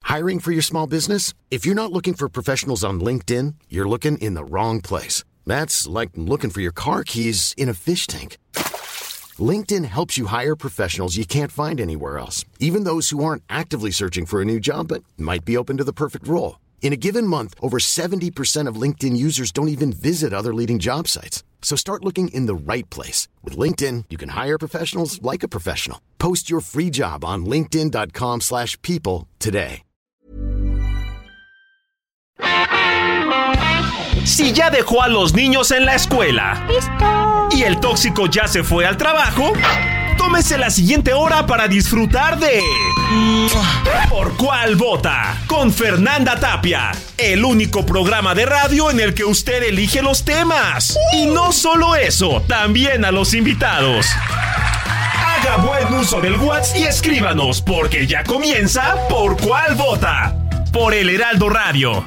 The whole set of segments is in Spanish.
Hiring for your small business? If you're not looking for professionals on LinkedIn, you're looking in the wrong place. That's like looking for your car keys in a fish tank. LinkedIn helps you hire professionals you can't find anywhere else, even those who aren't actively searching for a new job but might be open to the perfect role. In a given month, over 70% of LinkedIn users don't even visit other leading job sites. So start looking in the right place. With LinkedIn, you can hire professionals like a professional. Post your free job on linkedin.com/people today. Si ya dejó a los niños en la escuela y el tóxico ya se fue al trabajo, tómese la siguiente hora para disfrutar de ¿Por cuál vota? Con Fernanda Tapia, el único programa de radio en el que usted elige los temas. Y no solo eso, también a los invitados. Haga buen uso del WhatsApp y escríbanos, porque ya comienza ¿Por cuál vota? Por el Heraldo Radio.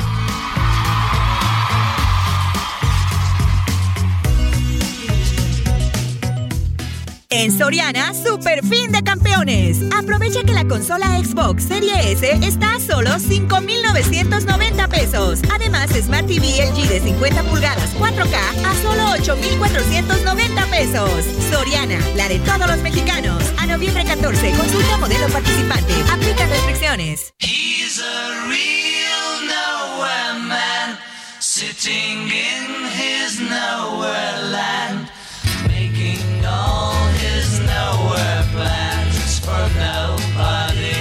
En Soriana, super fin de campeones. Aprovecha que la consola Xbox Serie S está a solo $5,990 pesos. Además, Smart TV LG de 50 pulgadas 4K a solo $8,490 pesos. Soriana, la de todos los mexicanos. A noviembre 14, consulta modelo participante. Aplica restricciones. He's a real nowhere man, sitting in his nowhere land, making all nowhere plans for nobody.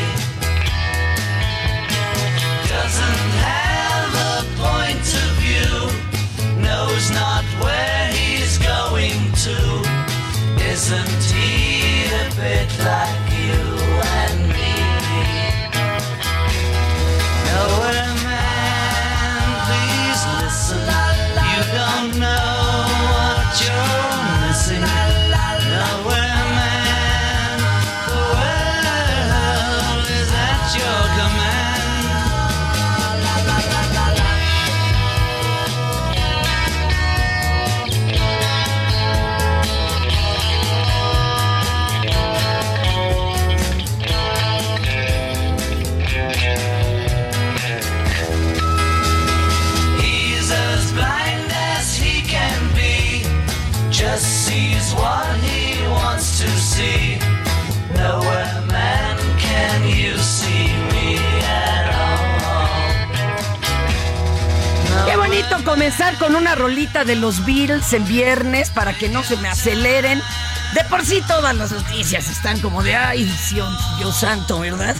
Doesn't have a point of view, knows not where he's going to. Isn't he a bit like you and me? Nowhere man, please listen. You don't know what you're missing. Nowhere sees what he wants to see. Nowhere man can you see me at all. Qué bonito comenzar con una rolita de los Beatles en viernes para que no se me aceleren. De por sí todas las noticias están como de ay, Dios santo, ¿verdad?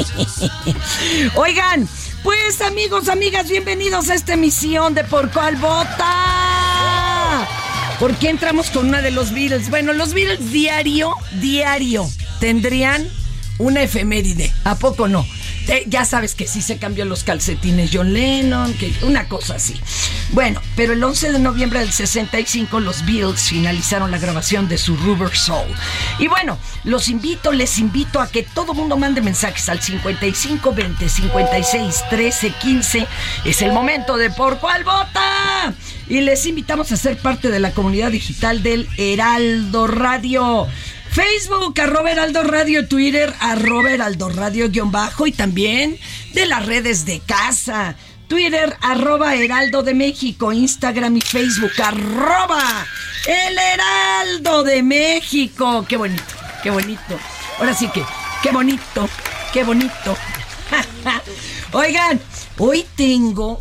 Oigan, pues amigos, amigas, bienvenidos a esta emisión de Por Cuál Vota. ¿Por qué entramos con una de los Beatles? Bueno, los Beatles diario tendrían una efeméride. ¿A poco no? Ya sabes que sí se cambió los calcetines John Lennon, que una cosa así. Bueno, pero el 11 de noviembre del 65 los Beatles finalizaron la grabación de su Rubber Soul. Y bueno, les invito a que todo mundo mande mensajes al 55 20 56 13 15. Es el momento de Por Cuál Vota. Y les invitamos a ser parte de la comunidad digital del Heraldo Radio. Facebook, @Heraldo Radio, Twitter, @Heraldo Radio _ y también de las redes de casa. Twitter, @Heraldo de México, Instagram y Facebook, @El Heraldo de México. Qué bonito, qué bonito. Ahora sí que, qué bonito, qué bonito. Oigan, hoy tengo,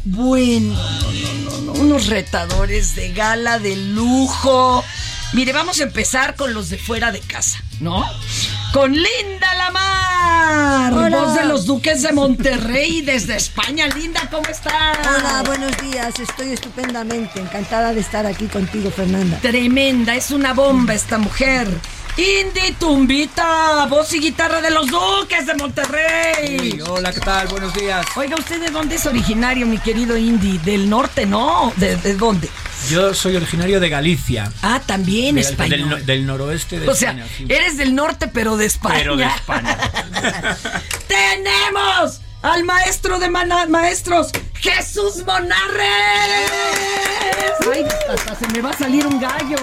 unos retadores de gala de lujo. Mire, vamos a empezar con los de fuera de casa, ¿no? Con Linda Lamar, hola. Voz de los Duques de Monterrey desde España. Linda, ¿cómo estás? Hola, buenos días, estoy estupendamente, encantada de estar aquí contigo, Fernanda. Tremenda, es una bomba esta mujer. Indy Tumbita, voz y guitarra de los Duques de Monterrey. Uy, hola, ¿qué tal? Buenos días. Oiga, ¿usted de dónde es originario, mi querido Indy? ¿Del norte, no? ¿De dónde? Yo soy originario de Galicia. Ah, también español. Del noroeste de España. O sea, sí. Eres del norte, pero de España. Pero de España. ¡Tenemos al maestro de maestros, Jesús Monarres! ¡Ay, hasta se me va a salir un gallo!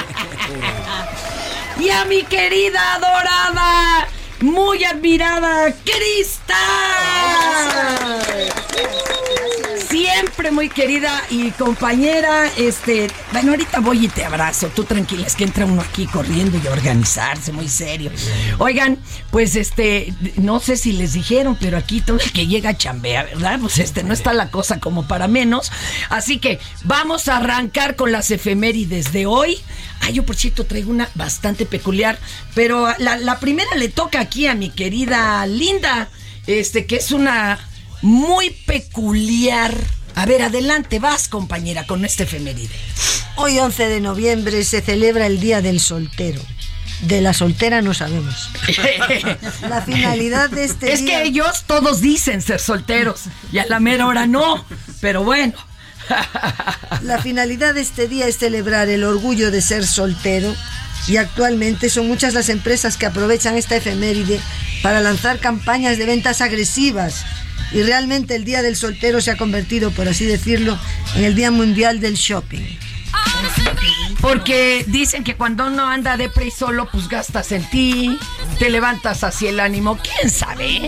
Y a mi querida, adorada, muy admirada, Crista. siempre, muy querida y compañera. Bueno, ahorita voy y te abrazo. Tú tranquila, es que entra uno aquí corriendo y a organizarse, muy serio. Oigan, pues no sé si les dijeron, pero aquí todo el que llega chambea, ¿verdad? Pues no está la cosa como para menos. Así que vamos a arrancar con las efemérides de hoy. Yo por cierto traigo una bastante peculiar, pero la primera le toca aquí a mi querida Linda, que es una muy peculiar. A ver, adelante, vas, compañera, con esta efeméride. Hoy, 11 de noviembre, se celebra el Día del Soltero. De la soltera no sabemos. La finalidad de este día... Es que ellos todos dicen ser solteros y a la mera hora no, pero bueno. La finalidad de este día es celebrar el orgullo de ser soltero, y actualmente son muchas las empresas que aprovechan esta efeméride para lanzar campañas de ventas agresivas, y realmente el Día del Soltero se ha convertido, por así decirlo, en el Día Mundial del Shopping. Porque dicen que cuando uno anda depre y solo, pues gastas en ti, te levantas así el ánimo, ¿quién sabe?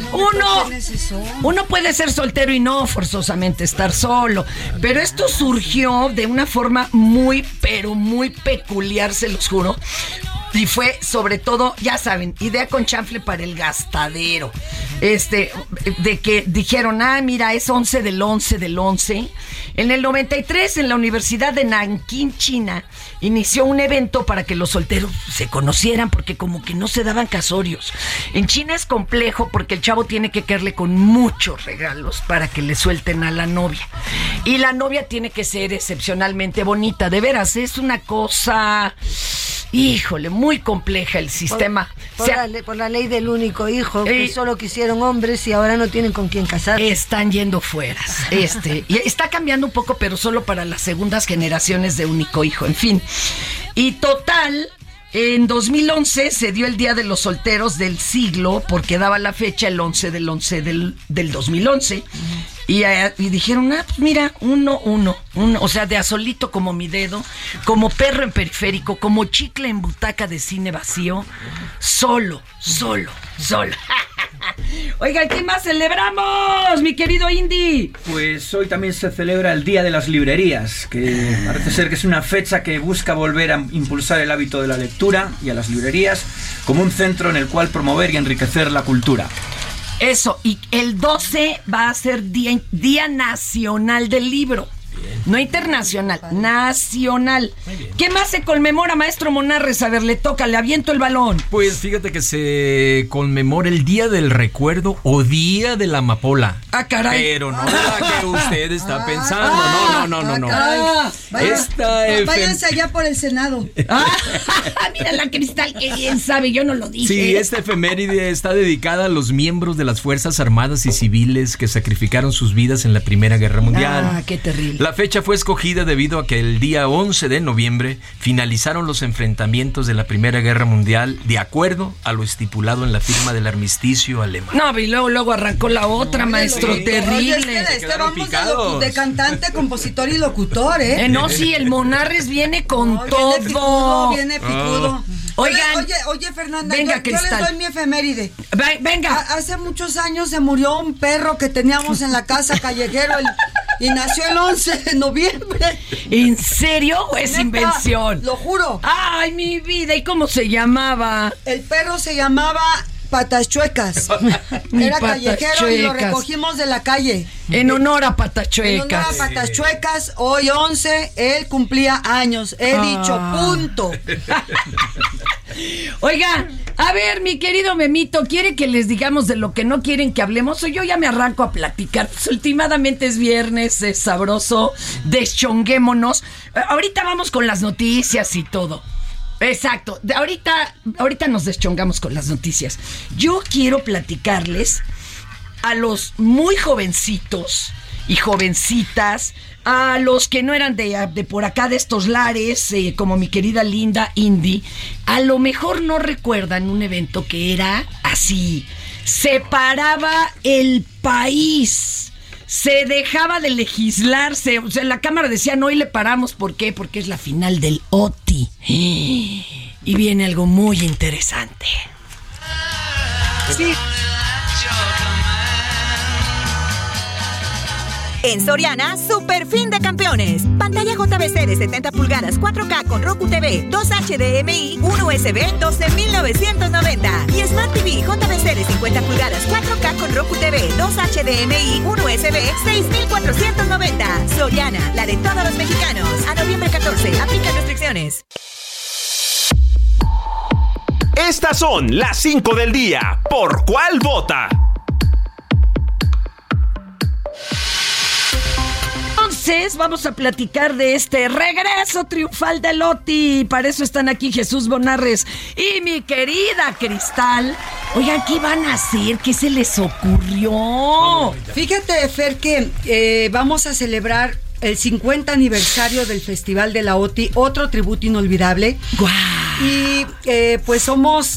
Uno puede ser soltero y no forzosamente estar solo, pero esto surgió de una forma muy, pero muy peculiar, se los juro. Y fue, sobre todo, ya saben, idea con chanfle para el gastadero. De que dijeron, mira, es 11 del 11 del 11. En el 93, en la Universidad de Nankín, China, inició un evento para que los solteros se conocieran, porque como que no se daban casorios. En China es complejo porque el chavo tiene que caerle con muchos regalos para que le suelten a la novia. Y la novia tiene que ser excepcionalmente bonita. De veras, es una cosa... Híjole, muy compleja el sistema. Por la ley del único hijo, que solo quisieron hombres y ahora no tienen con quién casarse. Están yendo fueras. Y está cambiando un poco, pero solo para las segundas generaciones de único hijo. En fin. Y total, en 2011 se dio el Día de los Solteros del siglo, porque daba la fecha el 11 del 11 del 2011. Y dijeron, pues mira, uno, o sea, de a solito como mi dedo, como perro en periférico, como chicle en butaca de cine vacío, solo. Oigan, ¿qué más celebramos, mi querido Indy? Pues hoy también se celebra el Día de las Librerías, que parece ser que es una fecha que busca volver a impulsar el hábito de la lectura y a las librerías como un centro en el cual promover y enriquecer la cultura. Eso, y el 12 va a ser Día Nacional del Libro. Bien. No internacional, nacional. ¿Qué más se conmemora, maestro Monarres? A ver, le toca, le aviento el balón. Pues fíjate que se conmemora el Día del Recuerdo o Día de la Amapola. Caray. Pero no la que usted está pensando. No. Váyanse allá por el Senado. Mira la Cristal, que bien sabe, yo no lo dije. Sí, esta efeméride está dedicada a los miembros de las Fuerzas Armadas y Civiles que sacrificaron sus vidas en la Primera Guerra Mundial. Qué terrible. La fecha fue escogida debido a que el día 11 de noviembre finalizaron los enfrentamientos de la Primera Guerra Mundial de acuerdo a lo estipulado en la firma del armisticio alemán. No, y luego arrancó la otra, maestro, terrible. Vamos de cantante, compositor y locutor, no, sí, el Monarres viene con todo. Viene picudo. Oigan, oye, Fernanda, venga, yo les doy mi efeméride. Venga. Hace muchos años se murió un perro que teníamos en la casa, callejero, y nació el 11 de noviembre. ¿En serio o es invención? Lo juro. Ay, mi vida, ¿y cómo se llamaba? El perro se llamaba Patas Chuecas. Era callejero y lo recogimos de la calle. En honor a Patas Chuecas. En honor a Patas Chuecas, hoy 11, él cumplía años. He dicho, punto. Oiga, a ver, mi querido Memito, ¿quiere que les digamos de lo que no quieren que hablemos? O yo ya me arranco a platicar. Pues, últimamente es viernes, es sabroso, deschonguémonos. Ahorita vamos con las noticias y todo. Exacto, ahorita nos deschongamos con las noticias. Yo quiero platicarles a los muy jovencitos y jovencitas, a los que no eran de por acá de estos lares, como mi querida Linda Indy, a lo mejor no recuerdan un evento que era así, separaba el país. Se dejaba de legislarse, o sea, la Cámara decía, no, y le paramos, ¿por qué? Porque es la final del OTI. Y viene algo muy interesante. Sí. En Soriana, super fin de campeones. Pantalla JVC de 70 pulgadas 4K con Roku TV, 2 HDMI, 1 USB, 12,990. Y Smart TV JVC de 50 pulgadas 4K con Roku TV, 2 HDMI, 1 USB, 6,490. Soriana, la de todos los mexicanos. A noviembre 14, aplica restricciones. Estas son las 5 del día. ¿Por cuál vota? Entonces vamos a platicar de este regreso triunfal de Loti. Para eso están aquí Jesús Bonarres y mi querida Cristal. Oigan, ¿qué van a hacer? ¿Qué se les ocurrió? Fíjate, Fer, que vamos a celebrar el 50 aniversario del Festival de la OTI, otro tributo inolvidable. ¡Guau! Y pues somos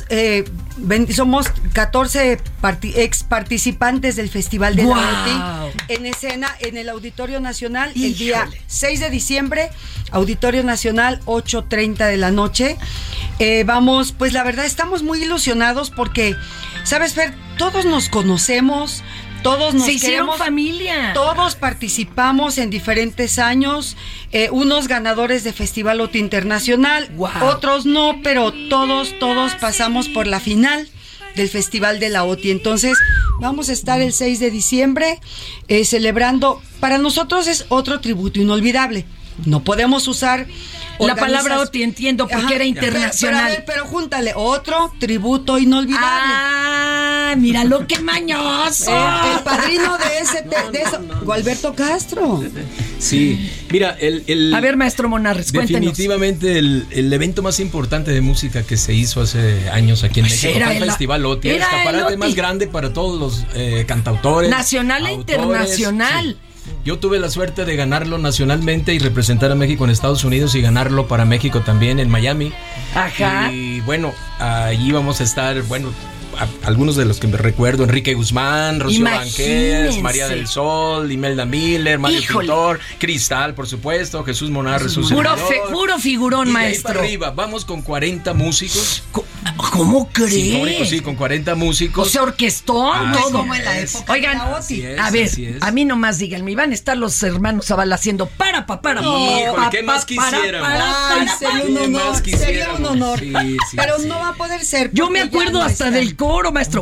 14 ex participantes del Festival de la OTI en escena en el Auditorio Nacional. ¡Híjole! El día 6 de diciembre, Auditorio Nacional, 8:30 de la noche. Vamos, pues la verdad estamos muy ilusionados porque, ¿sabes, Fer? Todos nos conocemos. Todos nos hicieron familia. Todos participamos en diferentes años, unos ganadores de Festival OTI Internacional, otros no, pero todos pasamos por la final del Festival de la OTI. Entonces, vamos a estar el 6 de diciembre celebrando. Para nosotros es otro tributo inolvidable. No podemos usar la palabra OTI, entiendo, porque era internacional. Pero júntale, otro tributo inolvidable. Ah, míralo, qué mañoso. El padrino de eso, Gualberto Castro. Sí, mira, a ver, maestro Monarres, definitivamente cuéntenos. el evento más importante de música que se hizo hace años aquí en México fue el Festival OTI. El escaparate más grande para todos los cantautores. Nacional e internacional. Sí. Yo tuve la suerte de ganarlo nacionalmente y representar a México en Estados Unidos y ganarlo para México también en Miami. Ajá. Y bueno, allí vamos a estar, algunos de los que me recuerdo: Enrique Guzmán, Rocío Banquels, María del Sol, Imelda Miller, Mario Pintor, Cristal, por supuesto, Jesús Monarres, su servidor. Puro figurón, y maestro. Ahí para arriba, vamos con 40 músicos. ¿Cómo crees? Sí, con 40 músicos. O sea, orquestón, todo. Como en la época. Oigan, a ver, a mí nomás díganme, van a estar los hermanos Zavala haciendo ¿qué más quisieran? Sería un honor. Sí. Pero no va a poder ser. Yo me acuerdo hasta del coro, maestro.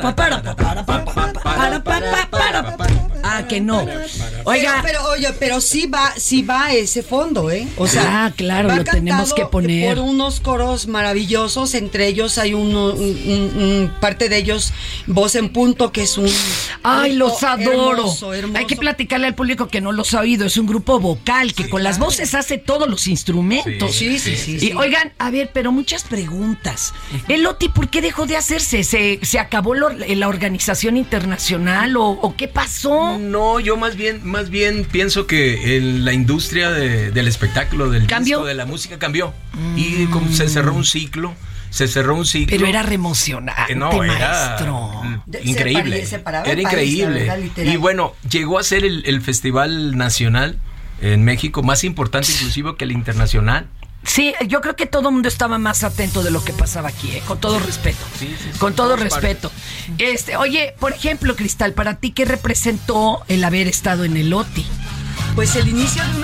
Ah, que no. Oiga. Pero sí va ese fondo, ¿eh? O sea, claro, lo tenemos que poner. Por unos coros maravillosos, entre ellos hay parte de ellos, Voz en Punto, que es un... ¡Ay, los adoro! Hermoso. Hay que platicarle al público que no los ha oído. Es un grupo vocal que con las voces hace todos los instrumentos. Sí. Y oigan, a ver, pero muchas preguntas. ¿El OTI por qué dejó de hacerse? ¿Se acabó la organización internacional o qué pasó? No, yo más bien pienso que la industria del espectáculo, del disco, de la música cambió. Y como se cerró un ciclo. Pero era reemocionante, maestro. Increíble. Era increíble. Y bueno, llegó a ser el festival nacional en México más importante inclusive que el internacional. Sí, yo creo que todo el mundo estaba más atento de lo que pasaba aquí, con todo respeto. Sí, con todo respeto. Oye, por ejemplo, Cristal, para ti, ¿qué representó el haber estado en el OTI? Pues el inicio de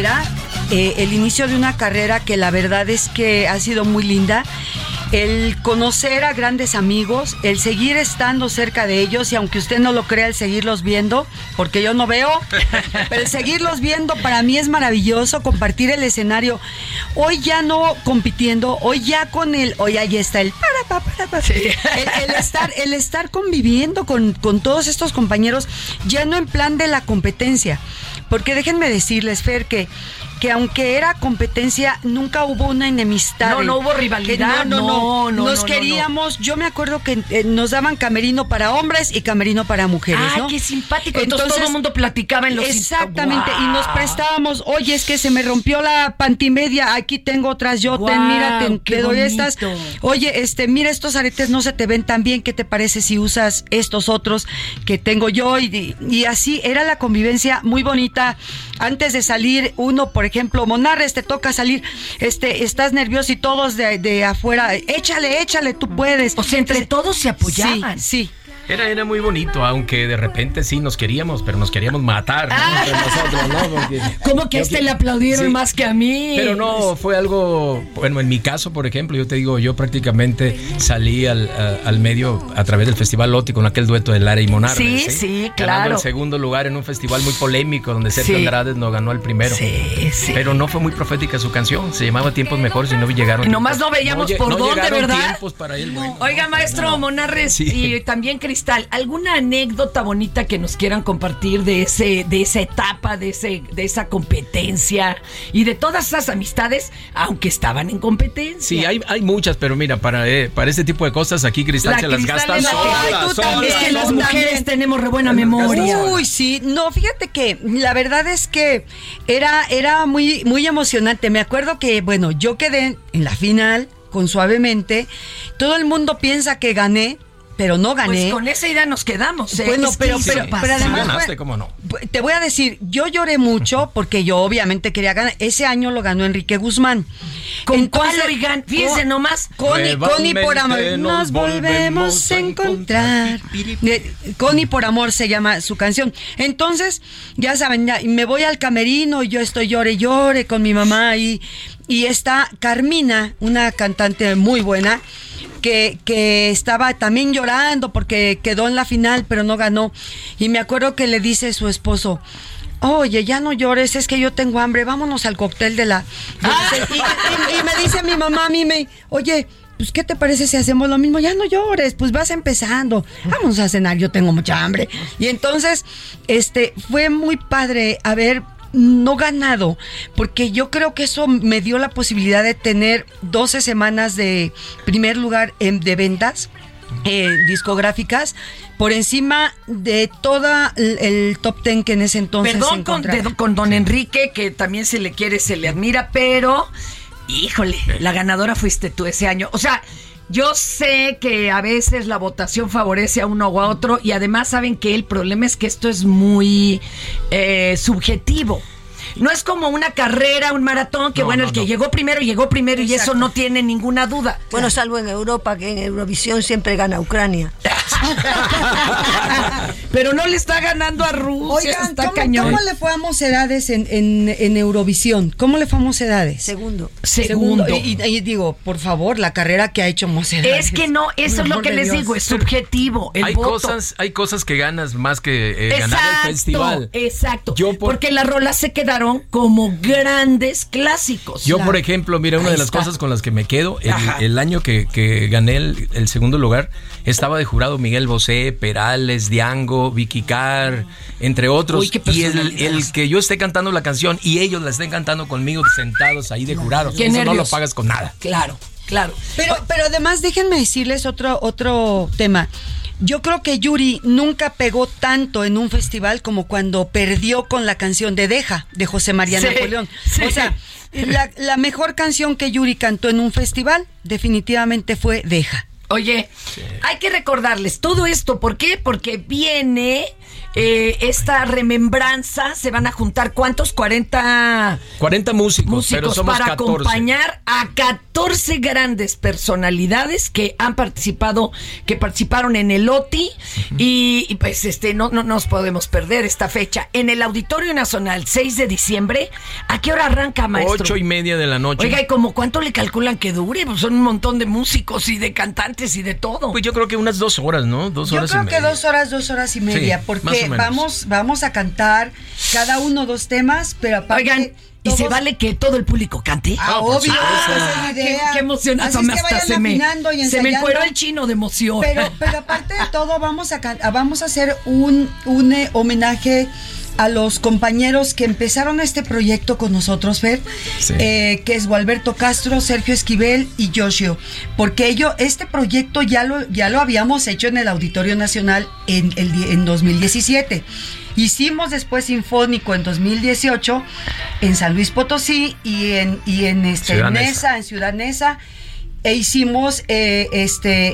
una carrera que la verdad es que ha sido muy linda. El conocer a grandes amigos, el seguir estando cerca de ellos, y aunque usted no lo crea, el seguirlos viendo, porque yo no veo, pero el seguirlos viendo para mí es maravilloso, compartir el escenario. Hoy ya no compitiendo, hoy ahí está el Sí. el estar conviviendo con todos estos compañeros, ya no en plan de la competencia, porque déjenme decirles, Fer, que aunque era competencia, nunca hubo una enemistad. No hubo rivalidad. No. Nos queríamos. Yo me acuerdo que nos daban camerino para hombres y camerino para mujeres, ¿no? Qué simpático. Entonces todo el mundo platicaba en los... Exactamente. Y nos prestábamos. Oye, es que se me rompió la pantimedia. Aquí tengo otras. Mira, te doy estas. Oye, mira, estos aretes no se te ven tan bien. ¿Qué te parece si usas estos otros que tengo yo? Y así era la convivencia muy bonita. Antes de salir, uno, por ejemplo, Monarres, te toca salir, estás nervioso y todos de afuera, échale, tú puedes. O sea, entre todos se apoyaban. Sí. Era muy bonito, aunque de repente sí nos queríamos, pero nos queríamos matar, ¿no? Entre nosotros, ¿no? Porque ¿cómo que a este le aplaudieron más que a mí? Pero no, fue algo, bueno, en mi caso, por ejemplo, yo te digo, yo prácticamente salí al medio a través del Festival Loti con aquel dueto de Lara y Monardes. Sí, claro. Ganando el segundo lugar en un festival muy polémico donde Sergio Andrade no ganó el primero. Sí. Pero no fue muy profética su canción, se llamaba Tiempos Mejores y no llegaron. Nomás no veíamos por dónde, ¿verdad? Tiempos para él, bueno. Oiga, maestro Monarres y también Cristal, ¿alguna anécdota bonita que nos quieran compartir de esa etapa, de esa competencia y de todas esas amistades, aunque estaban en competencia? Sí, hay muchas, pero mira, para este tipo de cosas aquí Cristal se las gasta sola. Es que las mujeres tenemos re buena memoria. Uy, sí. No, fíjate que la verdad es que era muy, muy emocionante. Me acuerdo que, bueno, yo quedé en la final con Suavemente. Todo el mundo piensa que gané, pero no gané. Pues con esa idea nos quedamos. Bueno, pero además, ganaste, ¿cómo no? Te voy a decir, yo lloré mucho porque yo obviamente quería ganar. Ese año lo ganó Enrique Guzmán. ¿Con cuál, oigan? Fíjense nomás. Connie por amor. Nos volvemos a encontrar. Connie por amor se llama su canción. Entonces, ya saben, me voy al camerino y yo estoy llore con mi mamá y está Carmina, una cantante muy buena, que estaba también llorando porque quedó en la final, pero no ganó. Y me acuerdo que le dice su esposo: oye, ya no llores, es que yo tengo hambre, vámonos al cóctel de la... Y me dice mi mamá a mí, oye, pues ¿qué te parece si hacemos lo mismo? Ya no llores, pues vas empezando, vamos a cenar, yo tengo mucha hambre. Y entonces, fue muy padre haber no ganado, porque yo creo que eso me dio la posibilidad de tener 12 semanas de primer lugar de ventas discográficas por encima de todo el top 10 que en ese entonces perdón con don Enrique, que también se le quiere, se le admira, pero híjole, la ganadora fuiste tú ese año. O sea, yo sé que a veces la votación favorece a uno o a otro, y además saben que el problema es que esto es muy subjetivo. No es como una carrera, un maratón, que el que llegó primero Exacto. Y eso no tiene ninguna duda. Bueno, salvo en Europa, que en Eurovisión siempre gana Ucrania. Pero no le está ganando a Rusia. Oigan, ¿cómo le fue a Mocedades en Eurovisión? ¿Cómo le fue a Mocedades? Segundo. Y digo, por favor, la carrera que ha hecho Mocedades. Es que no, eso es lo que les digo, es subjetivo. Hay cosas que ganas más que ganar el festival. Exacto. Porque las rolas se quedaron como grandes clásicos. Yo, por ejemplo, mira, una de las cosas con las que me quedo, el año que gané el segundo lugar, estaba de jurado Miguel Bosé, Perales, Diango, Vicky Carr, entre otros. Uy, y el que yo esté cantando la canción y ellos la estén cantando conmigo sentados ahí de jurados, eso nervios. No lo pagas con nada. Claro. Pero además déjenme decirles otro tema. Yo creo que Yuri nunca pegó tanto en un festival como cuando perdió con la canción de Deja, de José María Napoleón. Sí. O sea, la mejor canción que Yuri cantó en un festival definitivamente fue Deja. Oye, hay que recordarles todo esto. ¿Por qué? Porque viene esta remembranza. Se van a juntar, ¿cuántos? 40 músicos, pero somos para 14. Acompañar a 14 grandes personalidades que participaron en el Loti. Y pues no nos podemos perder esta fecha. En el Auditorio Nacional, 6 de diciembre. ¿A qué hora arranca, maestro? 8:30 de la noche. Oiga, ¿y como cuánto le calculan que dure? Pues son un montón de músicos y de cantantes y de todo. Pues yo creo que unas 2 horas, ¿no? 2 horas y media. Yo creo que 2 horas y media, sí, porque vamos a cantar cada uno 2 temas, pero aparte... Oigan, ¿y se vale que todo el público cante? Obvio, esa es la idea. Qué emocionazo, hasta se me encueró el chino de emoción. Pero aparte de todo, vamos a hacer un homenaje a los compañeros que empezaron este proyecto con nosotros, Fer, que es Gualberto Castro, Sergio Esquivel y Yoshio, porque este proyecto ya lo habíamos hecho en el Auditorio Nacional en 2017. Hicimos después Sinfónico en 2018 en San Luis Potosí y en Ciudad Neza, e hicimos el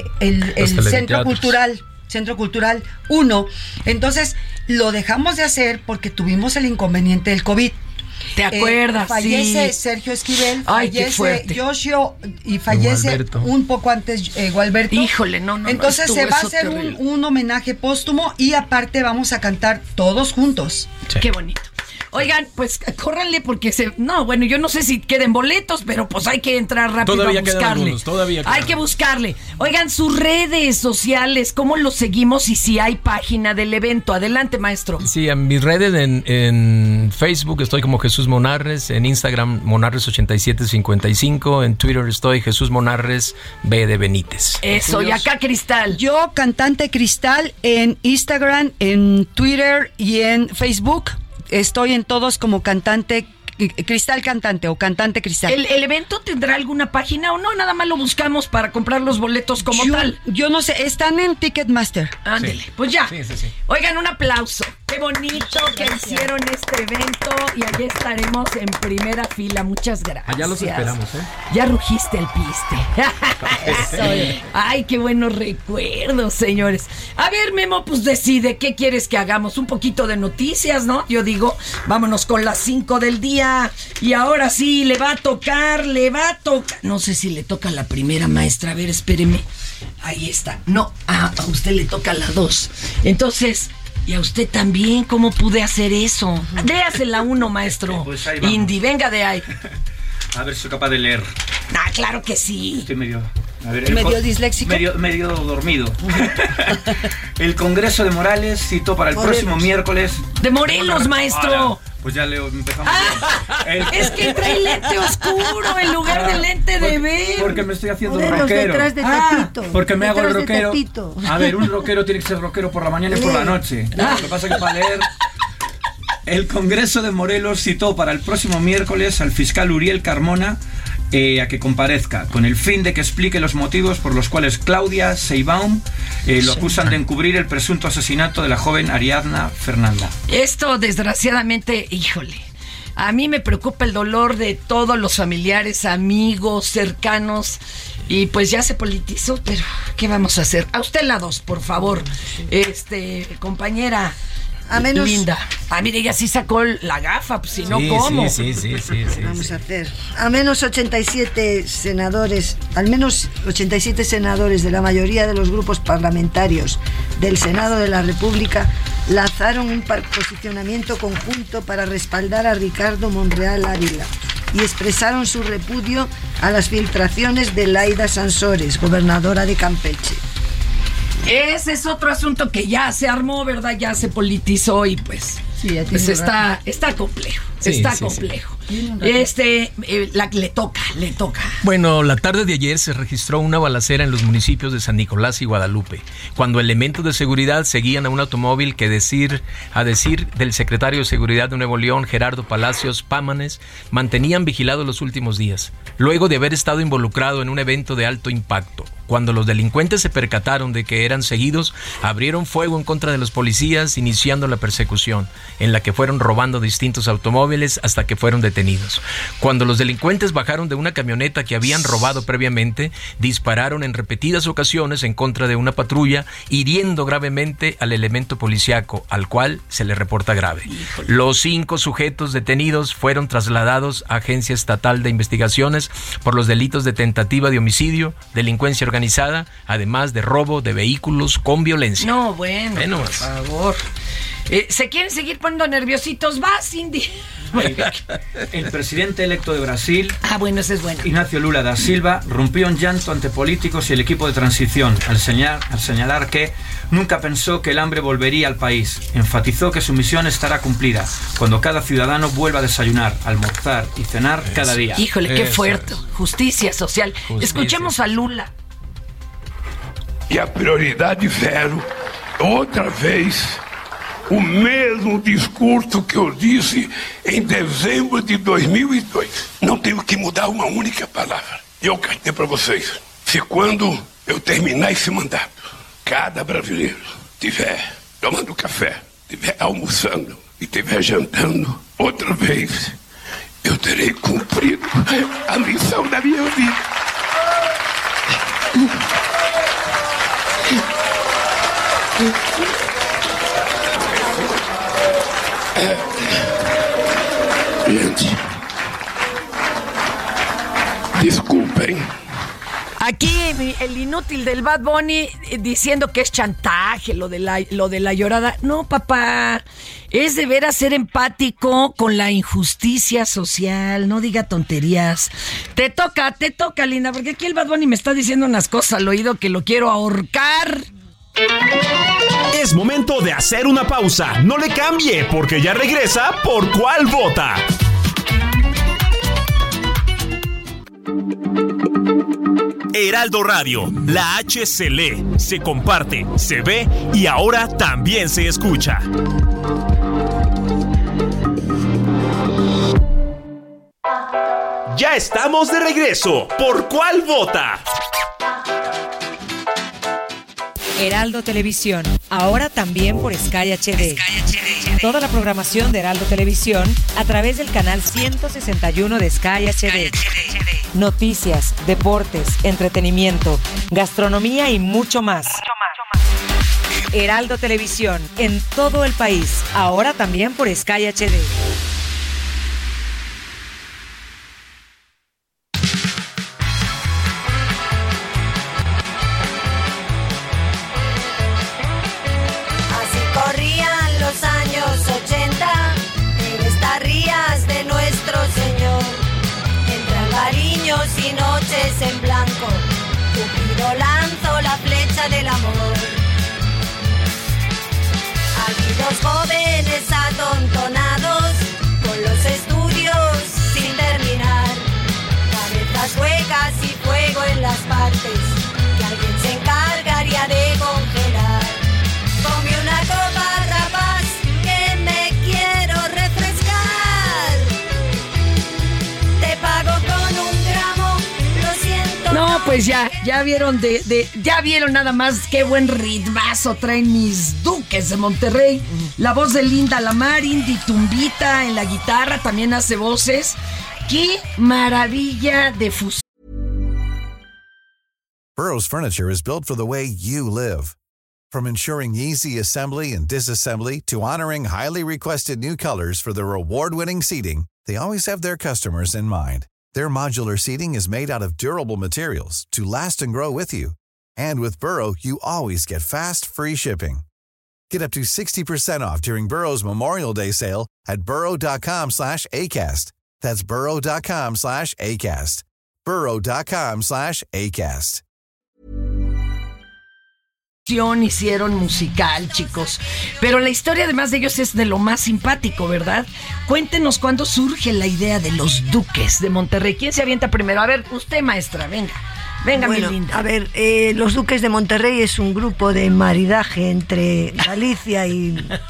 Centro Cultural 1. Entonces lo dejamos de hacer porque tuvimos el inconveniente del COVID. ¿Te acuerdas? Fallece Sergio Esquivel, fallece Yoshio y fallece un poco antes Gualberto. Híjole, no. Entonces se va a hacer un homenaje póstumo y aparte vamos a cantar todos juntos. Sí. Qué bonito. Oigan, pues córranle porque yo no sé si queden boletos, pero pues hay que entrar rápido todavía a buscarle. Hay que buscarle. Oigan, sus redes sociales, ¿cómo los seguimos y si hay página del evento? Adelante, maestro. Sí, en mis redes en Facebook estoy como Jesús Monarres, en Instagram Monarres8755, en Twitter estoy Jesús Monarres B de Benítez. Eso, y acá Cristal. Yo, Cantante Cristal, en Instagram, en Twitter y en Facebook. Estoy en todos como Cantante Cristal Cantante o Cantante Cristal. ¿El evento tendrá alguna página o no? Nada más lo buscamos para comprar los boletos como tal. Yo no sé, están en Ticketmaster. Ándele, sí. Pues ya. Sí. Oigan, un aplauso. Qué bonito que hicieron este evento y allí estaremos en primera fila. Muchas gracias. Allá los esperamos, Ya rugiste el piste. Ay, qué buenos recuerdos, señores. A ver, Memo, pues decide qué quieres que hagamos. Un poquito de noticias, ¿no? Yo digo, vámonos con las 5 del día. Y ahora sí, le va a tocar. No sé si le toca a la primera, maestra. A ver, espéreme. Ahí está. No, a usted le toca la 2. Entonces, y a usted también, ¿cómo pude hacer eso? Léase la 1, maestro. Pues ahí vamos. Indy, venga de ahí. A ver si soy capaz de leer. Claro que sí. Estoy medio disléxico. Medio dormido. El Congreso de Morales citó para el próximo miércoles. De Morelos, maestro. Pues ya empezamos. Es que trae lente oscuro en lugar de lente de ver. Porque me estoy haciendo Morelos rockero. Detrás de Tepito. Porque me hago el Detrás de rockero. Tepito. A ver, un rockero tiene que ser rockero por la mañana y por la noche. Lo que pasa es que para leer. El Congreso de Morelos citó para el próximo miércoles al fiscal Uriel Carmona a que comparezca, con el fin de que explique los motivos por los cuales Claudia Sheinbaum lo acusan de encubrir el presunto asesinato de la joven Ariadna Fernanda. Esto, desgraciadamente, híjole, a mí me preocupa el dolor de todos los familiares, amigos, cercanos, y pues ya se politizó, pero ¿qué vamos a hacer? A usted la 2, por favor, compañera. A menos, Linda. Mire, ella sí sacó la gafa, pues si no, ¿cómo? Sí. Vamos a hacer. Al menos 87 senadores de la mayoría de los grupos parlamentarios del Senado de la República lanzaron un posicionamiento conjunto para respaldar a Ricardo Monreal Ávila y expresaron su repudio a las filtraciones de Laida Sansores, gobernadora de Campeche. Ese es otro asunto que ya se armó, ¿verdad? Ya se politizó y pues, pues está complejo. Está complejo. Sí. Le toca. Bueno, la tarde de ayer se registró una balacera en los municipios de San Nicolás y Guadalupe, cuando elementos de seguridad seguían a un automóvil que, a decir del secretario de Seguridad de Nuevo León, Gerardo Palacios Pámanes, mantenían vigilado los últimos días, luego de haber estado involucrado en un evento de alto impacto. Cuando los delincuentes se percataron de que eran seguidos, abrieron fuego en contra de los policías, iniciando la persecución, en la que fueron robando distintos automóviles hasta que fueron detenidos. Cuando los delincuentes bajaron de una camioneta que habían robado previamente, dispararon en repetidas ocasiones en contra de una patrulla, hiriendo gravemente al elemento policiaco, al cual se le reporta grave. Los 5 sujetos detenidos fueron trasladados a Agencia Estatal de Investigaciones por los delitos de tentativa de homicidio, delincuencia organizada, además de robo de vehículos con violencia. No, bueno, por favor. ¿Se quieren seguir poniendo nerviositos? Va, Cindy. El presidente electo de Brasil, bueno, ese es bueno, Ignacio Lula da Silva, rompió en llanto ante políticos y el equipo de transición al señalar que nunca pensó que el hambre volvería al país. Enfatizó que su misión estará cumplida cuando cada ciudadano vuelva a desayunar, almorzar y cenar cada día. Híjole, qué fuerte. Justicia social. Escuchemos a Lula. E a prioridade 0, outra vez, o mesmo discurso que eu disse em dezembro de 2002. Não tenho que mudar uma única palavra. Eu quero dizer para vocês, se quando eu terminar esse mandato, cada brasileiro estiver tomando café, estiver almoçando e estiver jantando, outra vez, eu terei cumprido a missão da minha vida. gente. Disculpen. Aquí el inútil del Bad Bunny diciendo que es chantaje lo de la llorada. No, papá, es de veras ser empático con la injusticia social. No diga tonterías. Te toca, Linda, porque aquí el Bad Bunny me está diciendo unas cosas al oído que lo quiero ahorcar. Es momento de hacer una pausa. No le cambie, porque ya regresa Por Cuál Vota. Heraldo Radio, la H se lee, se comparte, se ve y ahora también se escucha. Ya estamos de regreso. ¿Por Cuál Vota? Heraldo Televisión, ahora también por Sky HD. Toda la programación de Heraldo Televisión a través del canal 161 de Sky HD. Noticias, deportes, entretenimiento, gastronomía y mucho más. Heraldo Televisión, en todo el país, ahora también por Sky HD. Y noches en blanco, Cupido lanzó la flecha del amor. Aquí dos jóvenes atontonados, con los estudios sin terminar, cabezas huecas y fuego en las partes, que alguien se encargaría de congelar. Ponme una copa, rapaz, que me quiero refrescar. Te pago con un gramo, lo siento. No, pues ya vieron ya vieron nada más qué buen ritmazo traen mis Duques de Monterrey. La voz de Linda Lamar, Indy Tumbita en la guitarra, también hace voces. ¡Qué maravilla de fusión! Burrow's furniture is built for the way you live. From ensuring easy assembly and disassembly to honoring highly requested new colors for their award-winning seating, they always have their customers in mind. Their modular seating is made out of durable materials to last and grow with you. And with Burrow, you always get fast, free shipping. Get up to 60% off during Burrow's Memorial Day sale at burrow.com/ACAST. That's burrow.com/ACAST. burrow.com/ACAST. Hicieron musical, chicos. Pero la historia, además de ellos, es de lo más simpático, ¿verdad? Cuéntenos cuándo surge la idea de los Duques de Monterrey. ¿Quién se avienta primero? A ver, usted, maestra, venga, bueno, mi linda. A ver, los Duques de Monterrey es un grupo de maridaje entre Galicia y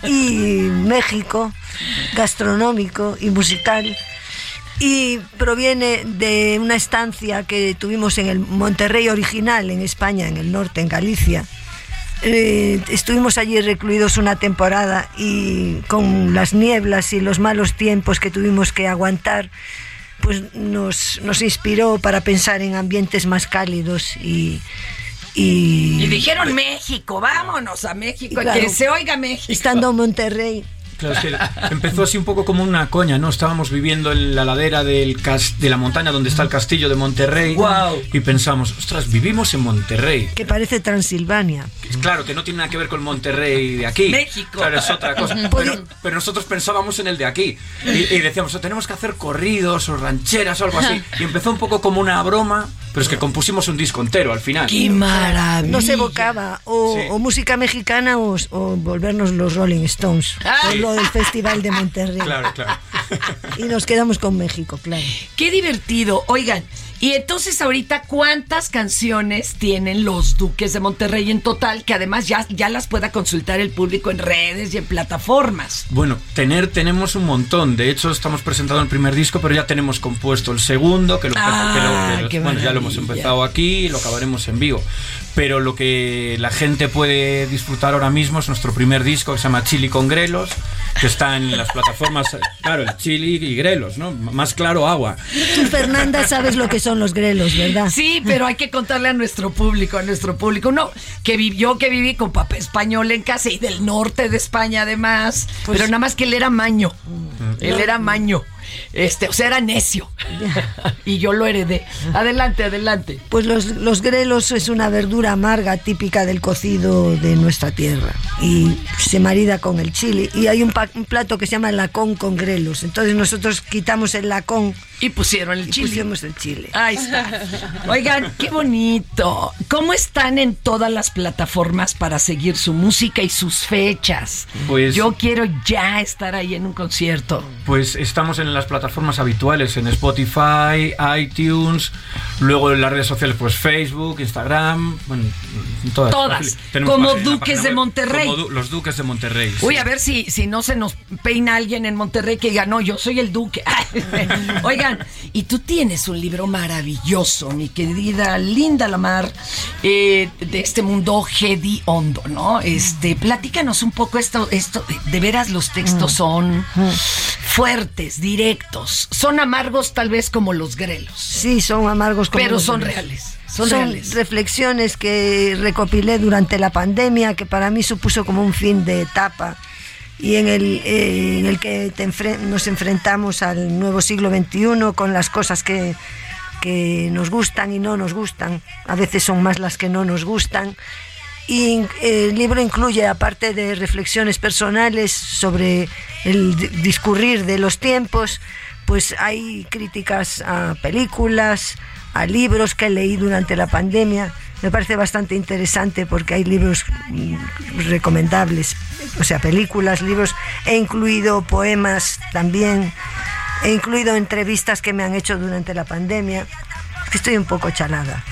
México, gastronómico y musical. Y proviene de una estancia que tuvimos en el Monterrey original, en España, en el norte, en Galicia. Estuvimos allí recluidos una temporada y con las nieblas y los malos tiempos que tuvimos que aguantar, pues nos inspiró para pensar en ambientes más cálidos y dijeron México, vámonos a México, claro, que se oiga México. Estando en Monterrey. Claro, es que empezó así un poco como una coña, ¿no? Estábamos viviendo en la ladera de la montaña donde está el castillo de Monterrey. ¡Wow! Y pensamos, ostras, vivimos en Monterrey. Que parece Transilvania. Claro, que no tiene nada que ver con Monterrey de aquí. México. Claro, es otra cosa. Pero nosotros pensábamos en el de aquí. Y decíamos, tenemos que hacer corridos o rancheras o algo así. Y empezó un poco como una broma, pero es que compusimos un disco entero al final. ¡Qué maravilla! Nos evocaba o música mexicana o volvernos los Rolling Stones. Lo del Festival de Monterrey. Claro. Y nos quedamos con México, claro. ¡Qué divertido! Oigan, y entonces ahorita, ¿cuántas canciones tienen los Duques de Monterrey en total? Que además ya las pueda consultar el público en redes y en plataformas. Bueno, tenemos un montón. De hecho, estamos presentando el primer disco, pero ya tenemos compuesto el segundo, que ya lo hemos empezado aquí y lo acabaremos en vivo. Pero lo que la gente puede disfrutar ahora mismo es nuestro primer disco, que se llama Chili con Grelos, que está en las plataformas. Claro, el chili y grelos, ¿no? Más claro, agua. Tú, Fernanda, sabes lo que son los grelos, ¿verdad? Sí, pero hay que contarle a nuestro público. No, que viví con papá español en casa y del norte de España además, pero nada más que él era maño. O sea, era necio. Y yo lo heredé. Adelante. Pues los grelos es una verdura amarga típica del cocido de nuestra tierra y se marida con el chile. Y hay un plato que se llama lacón con grelos. Entonces nosotros quitamos el lacón y pusieron el chile. Pusimos el chile. Ahí está. Oigan, qué bonito. ¿Cómo están en todas las plataformas para seguir su música y sus fechas? Pues yo quiero ya estar ahí en un concierto. Pues estamos en las plataformas habituales, en Spotify, iTunes, luego en las redes sociales, pues Facebook, Instagram, bueno, todas. Como Duques de Monterrey. Como los Duques de Monterrey. Uy, sí. A ver si no se nos peina alguien en Monterrey que diga, no, yo soy el Duque. Oigan, y tú tienes un libro maravilloso, mi querida Linda Lamar, de este mundo hediondo, ¿no? Platícanos un poco esto, de veras los textos son fuertes, directos, son amargos tal vez como los grelos. Sí, son amargos como pero los son grelos. reales. Son reflexiones que recopilé durante la pandemia, que para mí supuso como un fin de etapa y en el que nos enfrentamos al nuevo siglo XXI con las cosas que nos gustan y no nos gustan. A veces son más las que no nos gustan. Y el libro incluye, aparte de reflexiones personales sobre el discurrir de los tiempos, pues hay críticas a películas, a libros que leí durante la pandemia. Me parece bastante interesante porque hay libros recomendables, o sea, películas, libros. He incluido poemas también, he incluido entrevistas que me han hecho durante la pandemia. Estoy un poco chalada.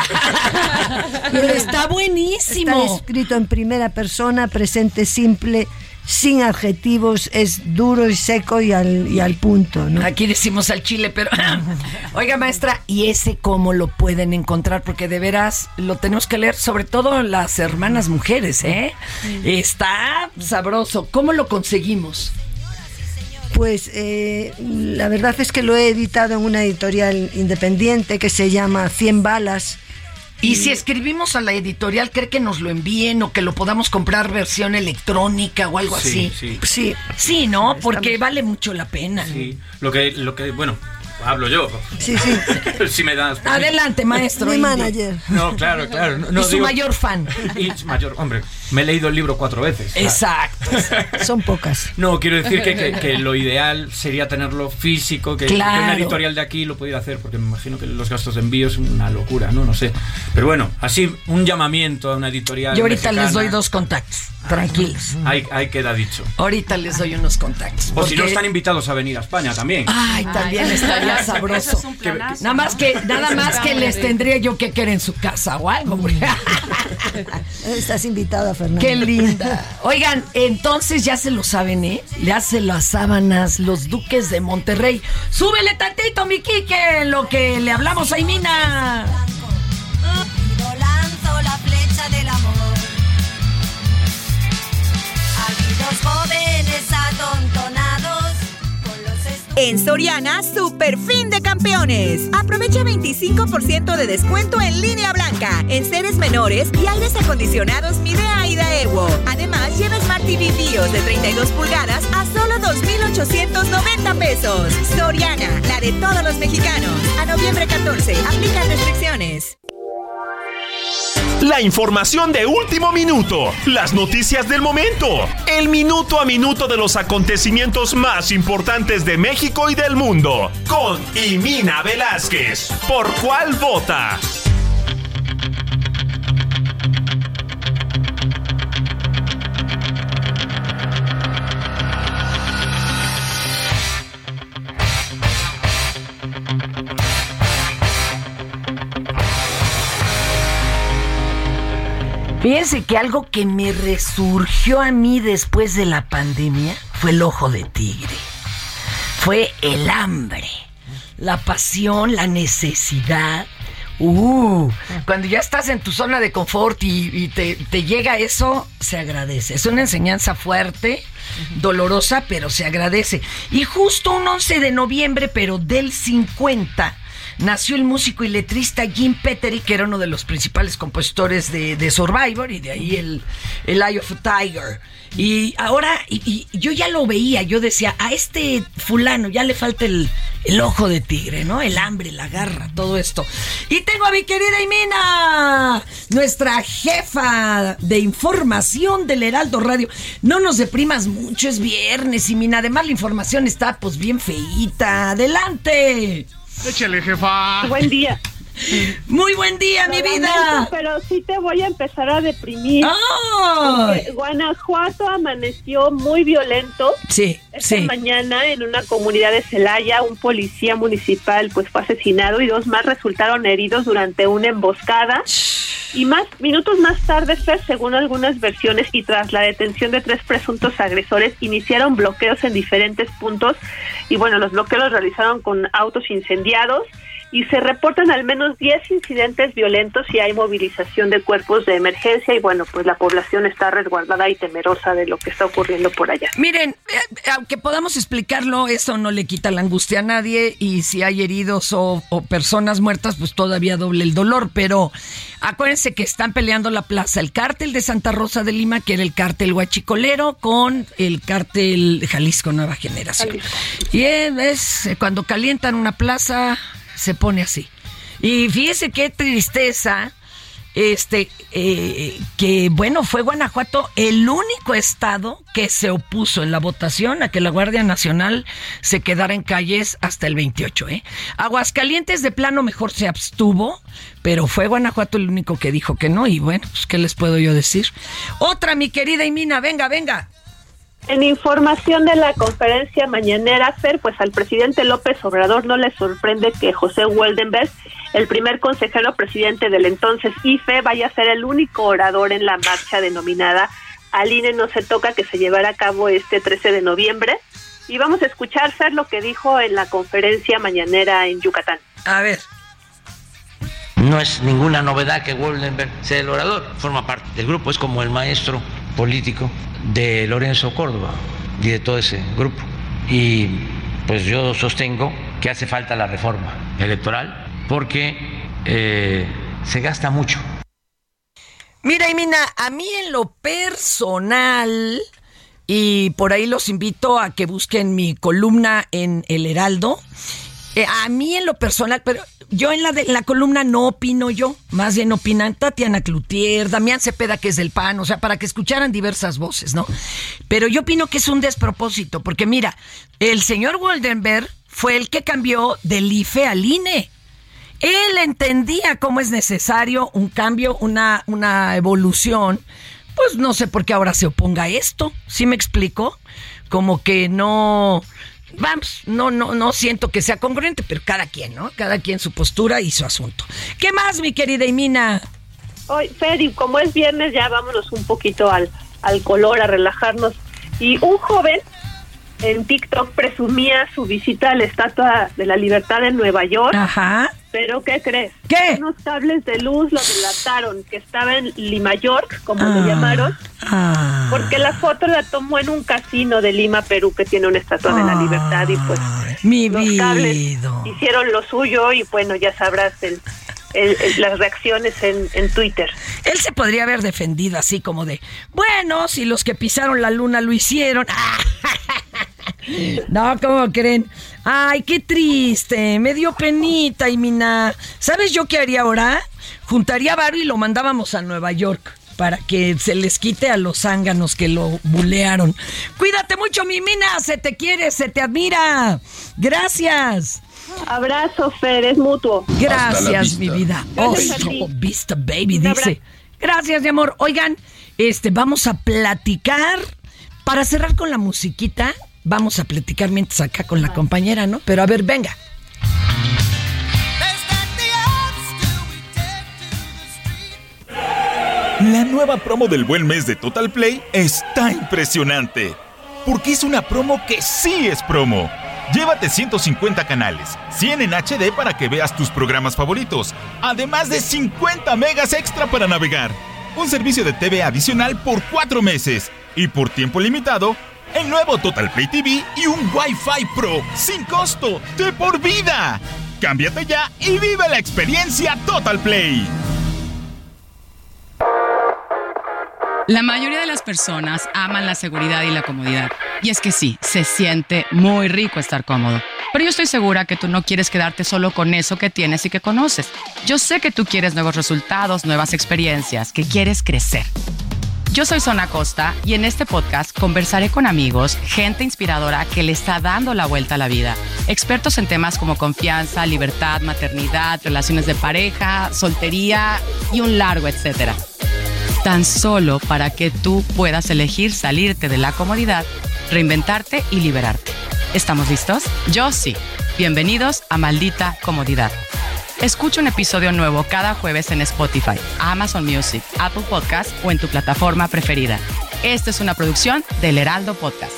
Pero está buenísimo. Está escrito en primera persona, presente simple, sin adjetivos, es duro y seco y al punto, ¿no? Aquí decimos al chile, pero oiga, maestra, ¿y ese cómo lo pueden encontrar? Porque de veras lo tenemos que leer, sobre todo las hermanas mujeres, ¿eh? Está sabroso. ¿Cómo lo conseguimos? Pues la verdad es que lo he editado en una editorial independiente que se llama 100 balas. Y si escribimos a la editorial, ¿cree que nos lo envíen o que lo podamos comprar versión electrónica o algo así? Sí, ¿no? Porque vale mucho la pena. Sí, lo que bueno, hablo yo. Sí. Si me das. Adelante, maestro. Mi manager. No, claro. No, y su mayor fan. Hombre, me he leído el libro 4 veces. Exacto. Son pocas. No, quiero decir que lo ideal sería tenerlo físico, que una editorial de aquí lo pudiera hacer, porque me imagino que los gastos de envío es una locura, ¿no? No sé. Pero bueno, así un llamamiento a una editorial. Yo ahorita les doy 2 contactos. Tranquilos. Ahí queda dicho. Ahorita les doy unos contactos. O si no, están invitados a venir a España también. Ay, también estaría sabroso. Nada más que les tendría yo que querer en su casa o algo. Estás invitada, Fernanda. Qué linda. Oigan, entonces ya se lo saben, ¿eh? Le hace las sábanas los Duques de Monterrey. Súbele tantito, mi Quique, lo que le hablamos a Imina. Lanzo la flecha del amor. Los jóvenes atontonados con los en Soriana, super fin de campeones. Aprovecha 25% de descuento en línea blanca, en seres menores y aires acondicionados Midea y Daewoo. Además, lleva Smart TV BIOS de 32 pulgadas a solo 2,890 pesos. Soriana, la de todos los mexicanos. A noviembre 14, aplica restricciones. La información de último minuto, las noticias del momento, el minuto a minuto de los acontecimientos más importantes de México y del mundo, con Imina Velázquez. ¿Por cuál vota? Fíjense que algo que me resurgió a mí después de la pandemia fue el ojo de tigre. Fue el hambre, la pasión, la necesidad. Cuando ya estás en tu zona de confort y te llega eso, se agradece. Es una enseñanza fuerte, dolorosa, pero se agradece. Y justo un 11 de noviembre, pero del 50, nació el músico y letrista Jim Petterick, que era uno de los principales compositores de Survivor, y de ahí el Eye of a Tiger. Y ahora, y yo ya lo veía, yo decía, a este fulano ya le falta el ojo de tigre, ¿no? El hambre, la garra, todo esto. Y tengo a mi querida Imina, nuestra jefa de información del Heraldo Radio. No nos deprimas mucho, es viernes, Imina. Además, la información está, pues, bien feíta. ¡Adelante! Échale, jefa. Buen día. Muy buen día, mi vida. Pero sí te voy a empezar a deprimir. Porque Guanajuato amaneció muy violento. Sí, Esta mañana en una comunidad de Celaya, un policía municipal pues fue asesinado y 2 más resultaron heridos durante una emboscada. Y minutos más tarde, Fer, según algunas versiones y tras la detención de 3 presuntos agresores, iniciaron bloqueos en diferentes puntos. Y bueno, los bloqueos los realizaron con autos incendiados. Y se reportan al menos 10 incidentes violentos y hay movilización de cuerpos de emergencia y bueno, pues la población está resguardada y temerosa de lo que está ocurriendo por allá. Miren, aunque podamos explicarlo, eso no le quita la angustia a nadie y si hay heridos o personas muertas, pues todavía doble el dolor, pero acuérdense que están peleando la plaza, el cártel de Santa Rosa de Lima, que era el cártel huachicolero, con el cártel Jalisco Nueva Generación. Y es cuando calientan una plaza se pone así. Y fíjese qué tristeza, que bueno, fue Guanajuato el único estado que se opuso en la votación a que la Guardia Nacional se quedara en calles hasta el 28, Aguascalientes de plano mejor se abstuvo, pero fue Guanajuato el único que dijo que no, y bueno, pues qué les puedo yo decir. Otra, mi querida Imina, venga. En información de la conferencia mañanera, Fer, pues al presidente López Obrador no le sorprende que José Woldenberg, el primer consejero presidente del entonces IFE, vaya a ser el único orador en la marcha denominada Al INE no se toca, que se llevará a cabo este 13 de noviembre. Y vamos a escuchar, Fer, lo que dijo en la conferencia mañanera en Yucatán. A ver. No es ninguna novedad que Woldenberg sea el orador, forma parte del grupo, es como el maestro político de Lorenzo Córdoba y de todo ese grupo. Y pues yo sostengo que hace falta la reforma electoral porque se gasta mucho. Mira, Imina, a mí en lo personal, y por ahí los invito a que busquen mi columna en El Heraldo, a mí en lo personal, pero yo en la columna no opino yo, más bien opinan Tatiana Cloutier, Damián Cepeda, que es del PAN, o sea, para que escucharan diversas voces, ¿no? Pero yo opino que es un despropósito, porque mira, el señor Woldenberg fue el que cambió del IFE al INE. Él entendía cómo es necesario un cambio, una evolución. Pues no sé por qué ahora se oponga a esto. ¿Sí me explico? Como que no... Vamos, no siento que sea congruente, pero cada quien, ¿no? Cada quien su postura y su asunto. ¿Qué más, mi querida Imina? Hoy, Fede, como es viernes, ya vámonos un poquito al color, a relajarnos. Y un joven en TikTok presumía su visita a la Estatua de la Libertad en Nueva York. Ajá. ¿Pero qué crees? ¿Qué? Unos cables de luz lo delataron, que estaba en Lima York, como le llamaron, porque la foto la tomó en un casino de Lima, Perú, que tiene una Estatua de la Libertad, y pues los cables hicieron lo suyo, y bueno, ya sabrás las reacciones en Twitter. Él se podría haber defendido así como de, bueno, si los que pisaron la luna lo hicieron. No, ¿cómo creen? Ay, qué triste, me dio penita, Imina. ¿Sabes yo qué haría ahora? Juntaría varo y lo mandábamos a Nueva York para que se les quite a los zánganos que lo bulearon. Cuídate mucho, mi Imina, se te quiere, se te admira. Gracias. Abrazo, Fer, es mutuo. Gracias, mi vida. Vista, baby, dice. Gracias, mi amor. Oigan, vamos a platicar, para cerrar con la musiquita. Vamos a platicar mientras acá con la compañera, ¿no? Pero a ver, venga. La nueva promo del Buen Mes de Total Play está impresionante. Porque es una promo que sí es promo. Llévate 150 canales, 100 en HD para que veas tus programas favoritos, además de 50 megas extra para navegar. Un servicio de TV adicional por 4 meses. Y por tiempo limitado, el nuevo Total Play TV y un Wi-Fi Pro sin costo de por vida. Cámbiate ya y vive la experiencia Total Play. La mayoría de las personas aman la seguridad y la comodidad. Y es que sí, se siente muy rico estar cómodo. Pero yo estoy segura que tú no quieres quedarte solo con eso que tienes y que conoces. Yo sé que tú quieres nuevos resultados, nuevas experiencias, que quieres crecer. Yo soy Zona Costa y en este podcast conversaré con amigos, gente inspiradora que le está dando la vuelta a la vida. Expertos en temas como confianza, libertad, maternidad, relaciones de pareja, soltería y un largo etcétera. Tan solo para que tú puedas elegir salirte de la comodidad, reinventarte y liberarte. ¿Estamos listos? Yo sí. Bienvenidos a Maldita Comodidad. Escucha un episodio nuevo cada jueves en Spotify, Amazon Music, Apple Podcast o en tu plataforma preferida. Esta es una producción del Heraldo Podcast.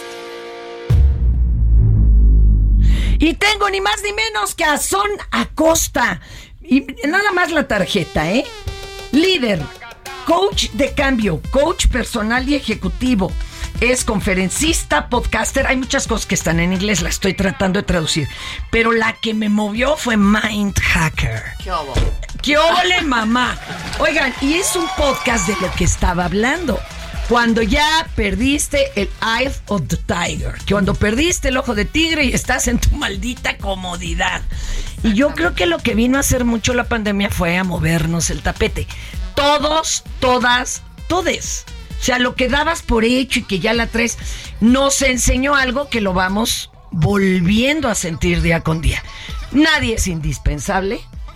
Y tengo ni más ni menos que a Son Acosta. Y nada más la tarjeta, ¿eh? Líder, coach de cambio, coach personal y ejecutivo. Es conferencista, podcaster. Hay muchas cosas que están en inglés, la estoy tratando de traducir. Pero la que me movió fue Mind Hacker. ¡Qué óvole, mamá! Oigan, y es un podcast de lo que estaba hablando. Cuando ya perdiste el Eye of the Tiger. Cuando perdiste el ojo de tigre y estás en tu maldita comodidad. Y yo creo que lo que vino a hacer mucho la pandemia fue a movernos el tapete. Todos, todas, todes. O sea, lo que dabas por hecho y que ya la traes, nos enseñó algo que lo vamos volviendo a sentir día con día. Nadie es indispensable,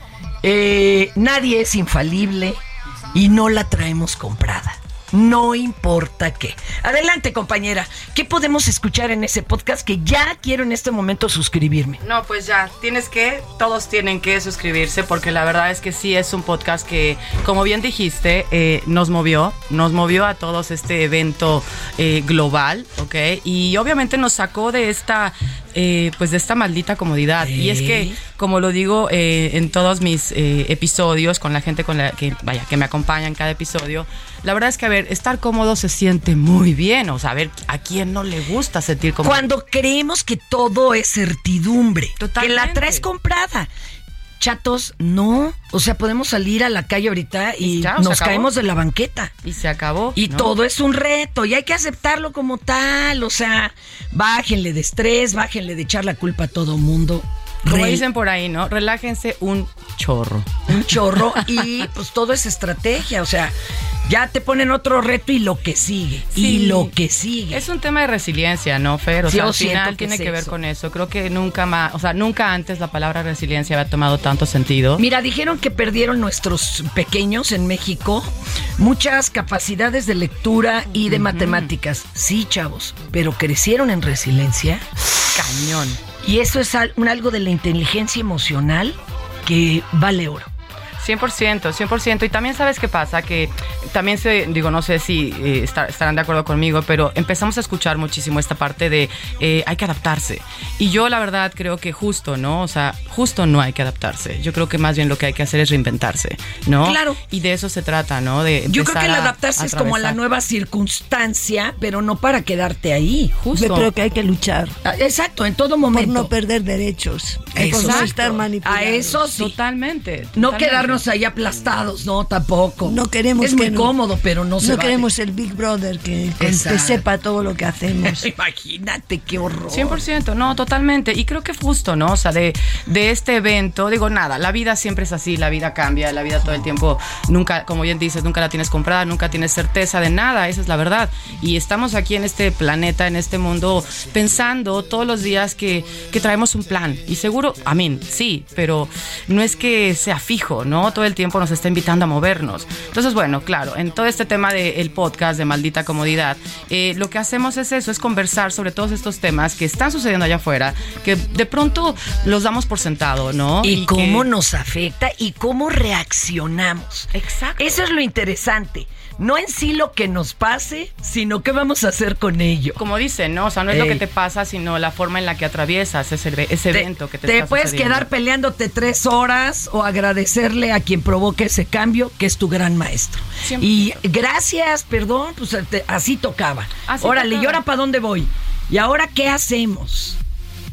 nadie es infalible y no la traemos comprada. No importa qué. Adelante, compañera. ¿Qué podemos escuchar en ese podcast que ya quiero en este momento suscribirme? No, pues ya, todos tienen que suscribirse porque la verdad es que sí es un podcast que, como bien dijiste, nos movió a todos este evento global, ¿ok? Y obviamente nos sacó de esta maldita comodidad. Y es que, como lo digo en todos mis episodios con la gente con la que me acompaña en cada episodio, la verdad es que, a ver, estar cómodo se siente muy bien. O sea, a ver, ¿a quién no le gusta sentir cómodo? Cuando creemos que todo es certidumbre, totalmente, que la traes comprada. Chatos, no. O sea, podemos salir a la calle ahorita y nos caemos de la banqueta. Y se acabó. Y ¿no? Todo es un reto y hay que aceptarlo como tal. O sea, bájenle de estrés, bájenle de echar la culpa a todo mundo. Como dicen por ahí, ¿no? Relájense un chorro. Un chorro y pues todo es estrategia. O sea, ya te ponen otro reto y lo que sigue. Sí. Y lo que sigue. Es un tema de resiliencia, ¿no, Fer? O sí, sea, al final tiene que ver con eso. Creo que nunca antes la palabra resiliencia había tomado tanto sentido. Mira, dijeron que perdieron nuestros pequeños en México muchas capacidades de lectura y de matemáticas. Sí, chavos, pero crecieron en resiliencia. Cañón. Y eso es algo de la inteligencia emocional que vale oro. 100%. Y también, ¿sabes qué pasa? Que también no sé si estarán de acuerdo conmigo, pero empezamos a escuchar muchísimo esta parte de hay que adaptarse. Y yo, la verdad, creo que justo, ¿no? O sea, justo no hay que adaptarse. Yo creo que más bien lo que hay que hacer es reinventarse, ¿no? Claro. Y de eso se trata, ¿no? Yo creo que el adaptarse es como a la nueva circunstancia, pero no para quedarte ahí. Justo. Yo creo que hay que luchar. Exacto, en todo momento. Por no perder derechos. Eso. Por no estar manipulados. A eso sí. Totalmente. No quedarnos ahí aplastados, no, tampoco. No queremos. Es muy cómodo, pero no se vale. No queremos el Big Brother que sepa todo lo que hacemos. Imagínate qué horror. 100%, no, totalmente. Y creo que justo, ¿no? O sea, de este evento, la vida siempre es así, la vida cambia, la vida todo el tiempo, nunca, como bien dices, nunca la tienes comprada, nunca tienes certeza de nada, esa es la verdad. Y estamos aquí en este planeta, en este mundo, pensando todos los días que traemos un plan. Y seguro, sí, pero no es que sea fijo, ¿no? Todo el tiempo nos está invitando a movernos. Entonces, bueno, claro, en todo este tema del podcast de Maldita Comodidad, lo que hacemos es eso, es conversar sobre todos estos temas que están sucediendo allá afuera, que de pronto los damos por sentado, ¿no? Y cómo nos afecta y cómo reaccionamos. Exacto. Eso es lo interesante. No en sí lo que nos pase, sino qué vamos a hacer con ello. Como dicen, ¿no? O sea, no es lo que te pasa, sino la forma en la que atraviesas ese evento que te está puedes sucediendo. Quedar peleándote 3 horas o agradecerle a quien provoque ese cambio, que es tu gran maestro. Siempre. Y gracias, perdón, pues así tocaba. Órale, ¿y ahora para dónde voy? ¿Y ahora qué hacemos?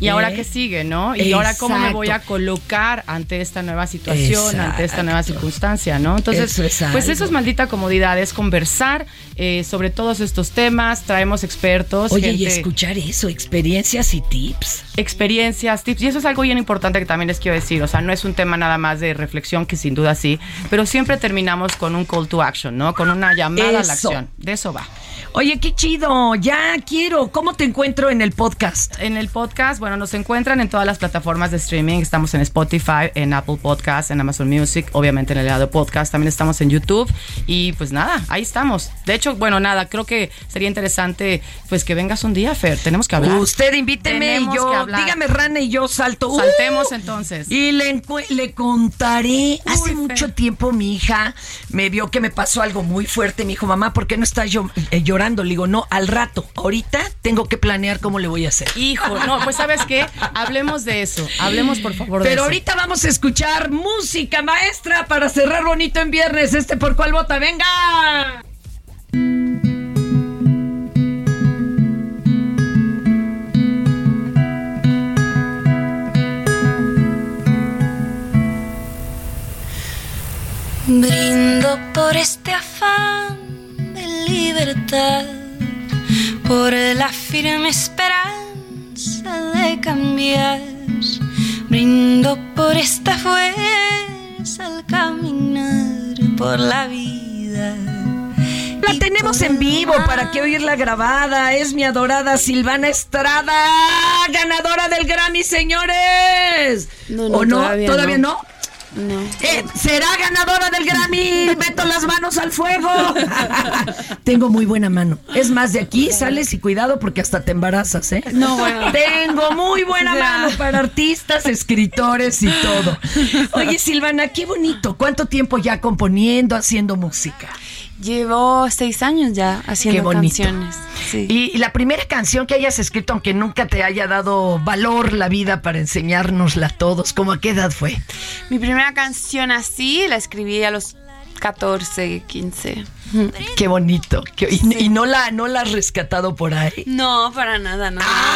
¿Y ahora qué sigue, no? Y ahora cómo me voy a colocar ante esta nueva situación, ante esta nueva circunstancia, ¿no? Entonces, pues eso es maldita comodidad, es conversar sobre todos estos temas, traemos expertos. Oye, y escuchar eso, experiencias y tips. Experiencias, tips, y eso es algo bien importante que también les quiero decir, o sea, no es un tema nada más de reflexión, que sin duda sí, pero siempre terminamos con un call to action, ¿no? Con una llamada a la acción, de eso va. Oye, qué chido, ya quiero. ¿Cómo te encuentro en el podcast? En el podcast, bueno, nos encuentran en todas las plataformas de streaming. Estamos en Spotify, en Apple Podcasts, en Amazon Music, obviamente en el lado podcast. También estamos en YouTube y pues nada, ahí estamos. De hecho, bueno, nada, creo que sería interesante pues que vengas un día, Fer. Tenemos que hablar. Usted invíteme y yo, dígame Rana y yo salto. Saltemos entonces. Y le contaré. Hace mucho tiempo mi hija me vio que me pasó algo muy fuerte. Me dijo, mamá, ¿por qué no estás llorando? Le digo, no, al rato. Ahorita tengo que planear cómo le voy a hacer. Hijo, no, pues ¿sabes qué? Hablemos de eso. Hablemos, por favor, de eso. Pero ahorita vamos a escuchar música, maestra, para cerrar bonito en viernes. ¿Por cuál vota? ¡Venga! Brindo por este afán de libertad, por la firme esperanza de cambiar. Brindo por esta fuerza al caminar por la vida. La tenemos en vivo, ¿para qué oírla grabada? Es mi adorada Silvana Estrada, ganadora del Grammy, señores. ¿O no? ¿Todavía no? No. ¿Será ganadora del Grammy? Meto las manos al fuego. Tengo muy buena mano. Es más, de aquí sales y cuidado porque hasta te embarazas, ¿eh? No, bueno. Tengo muy buena mano para artistas, escritores y todo. Oye, Silvana, qué bonito. ¿Cuánto tiempo ya componiendo, haciendo música? Llevo 6 años ya haciendo canciones. Sí. Y la primera canción que hayas escrito, aunque nunca te haya dado valor la vida para enseñárnosla a todos, ¿cómo a qué edad fue? Mi primera canción así la escribí a los 14, 15. Qué bonito. ¿Y no la has rescatado por ahí? No, para nada, no.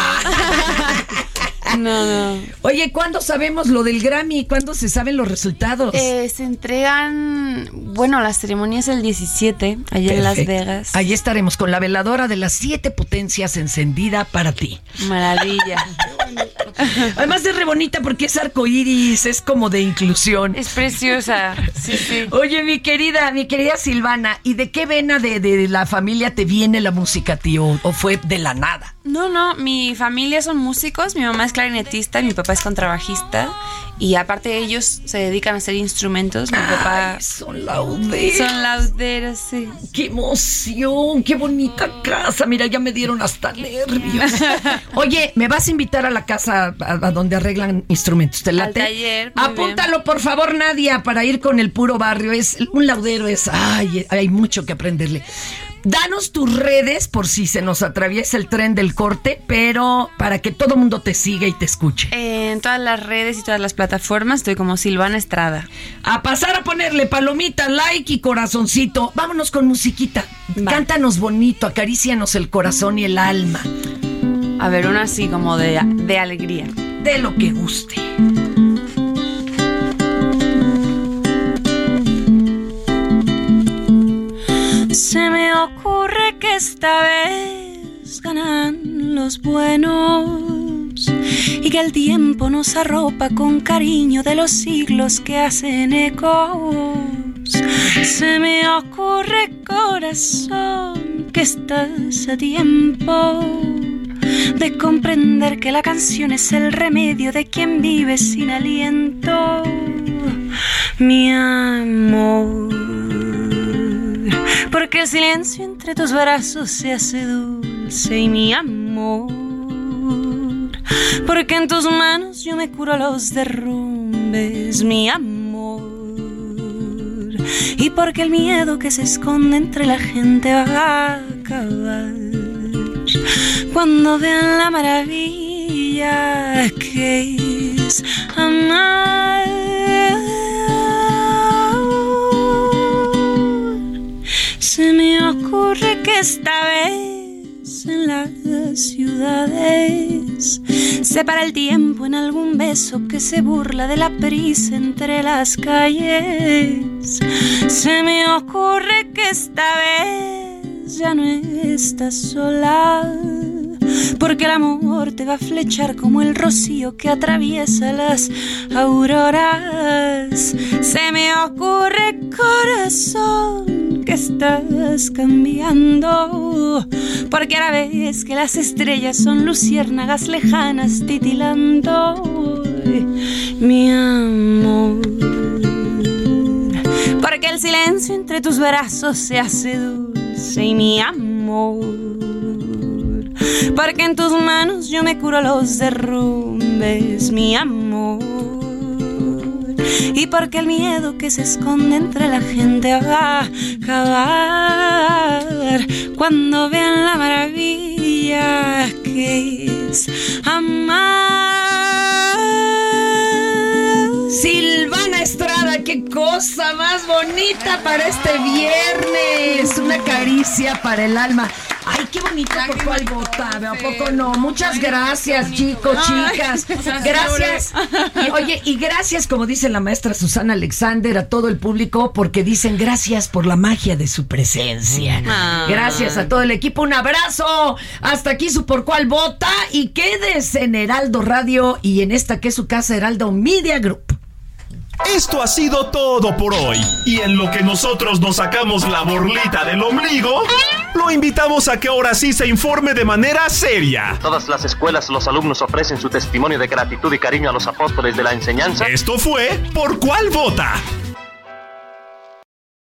No. Oye, ¿cuándo sabemos lo del Grammy? ¿Cuándo se saben los resultados? Se entregan, bueno, las ceremonias el 17, allá en Las Vegas. Allí estaremos con la veladora de las 7 potencias encendida para ti. Maravilla. Además es re bonita porque es arcoíris, es como de inclusión. Es preciosa, sí. Oye, mi querida Silvana, ¿y de qué vena de la familia te viene la música, tío? ¿O fue de la nada? No, mi familia son músicos, mi mamá es clarinetista, mi papá es contrabajista y aparte ellos se dedican a hacer instrumentos. Mi papá son lauderos. Son lauderos, sí. ¡Qué emoción! ¡Qué bonita casa! Mira, ya me dieron hasta nervios. Oye, ¿me vas a invitar a la casa a donde arreglan instrumentos? ¿Te late? Al taller. Apúntalo, por favor, Nadia, para ir con el puro barrio. Un laudero hay mucho que aprenderle. Danos tus redes por si se nos atraviesa el tren del corte, pero para que todo mundo te siga y te escuche. En todas las redes y todas las plataformas estoy como Silvana Estrada. A pasar a ponerle palomita, like y corazoncito. Vámonos con musiquita. Cántanos bonito, acarícianos el corazón y el alma. A ver, una así como de alegría. De lo que guste. Se me ocurre que esta vez ganan los buenos y que el tiempo nos arropa con cariño de los siglos que hacen ecos. Se me ocurre, corazón, que estás a tiempo de comprender que la canción es el remedio de quien vive sin aliento. Mi amor, porque el silencio entre tus brazos se hace dulce. Y mi amor, porque en tus manos yo me curo los derrumbes. Mi amor, y porque el miedo que se esconde entre la gente va a acabar cuando vean la maravilla que es amar. Se me ocurre que esta vez en las ciudades Se para el tiempo en algún beso que se burla de la prisa entre las calles. Se me ocurre que esta vez ya no estás sola, porque el amor te va a flechar como el rocío que atraviesa las auroras. Se me ocurre, corazón, que estás cambiando, porque ahora ves que las estrellas son luciérnagas lejanas titilando. Mi amor, porque el silencio entre tus brazos se hace dulce. Y mi amor, porque en tus manos yo me curo los derrumbes. Mi amor, y porque el miedo que se esconde entre la gente va a acabar cuando vean la maravilla que es amar. Silvana Estrada, qué cosa más bonita para este viernes. Una caricia para el alma. Ay, qué bonito por cuál vota, ¿a poco no? Muchas gracias, chicos, chicas. Gracias. Oye, y gracias, como dice la maestra Susana Alexander, a todo el público, porque dicen gracias por la magia de su presencia. Gracias a todo el equipo, un abrazo. Hasta aquí su Por Cuál Vota, y quédese en Heraldo Radio y en esta que es su casa, Heraldo Media Group. Esto ha sido todo por hoy, y en lo que nosotros nos sacamos la borlita del ombligo, lo invitamos a que ahora sí se informe de manera seria. Todas las escuelas, los alumnos ofrecen su testimonio de gratitud y cariño a los apóstoles de la enseñanza. Esto fue Por Cuál Vota.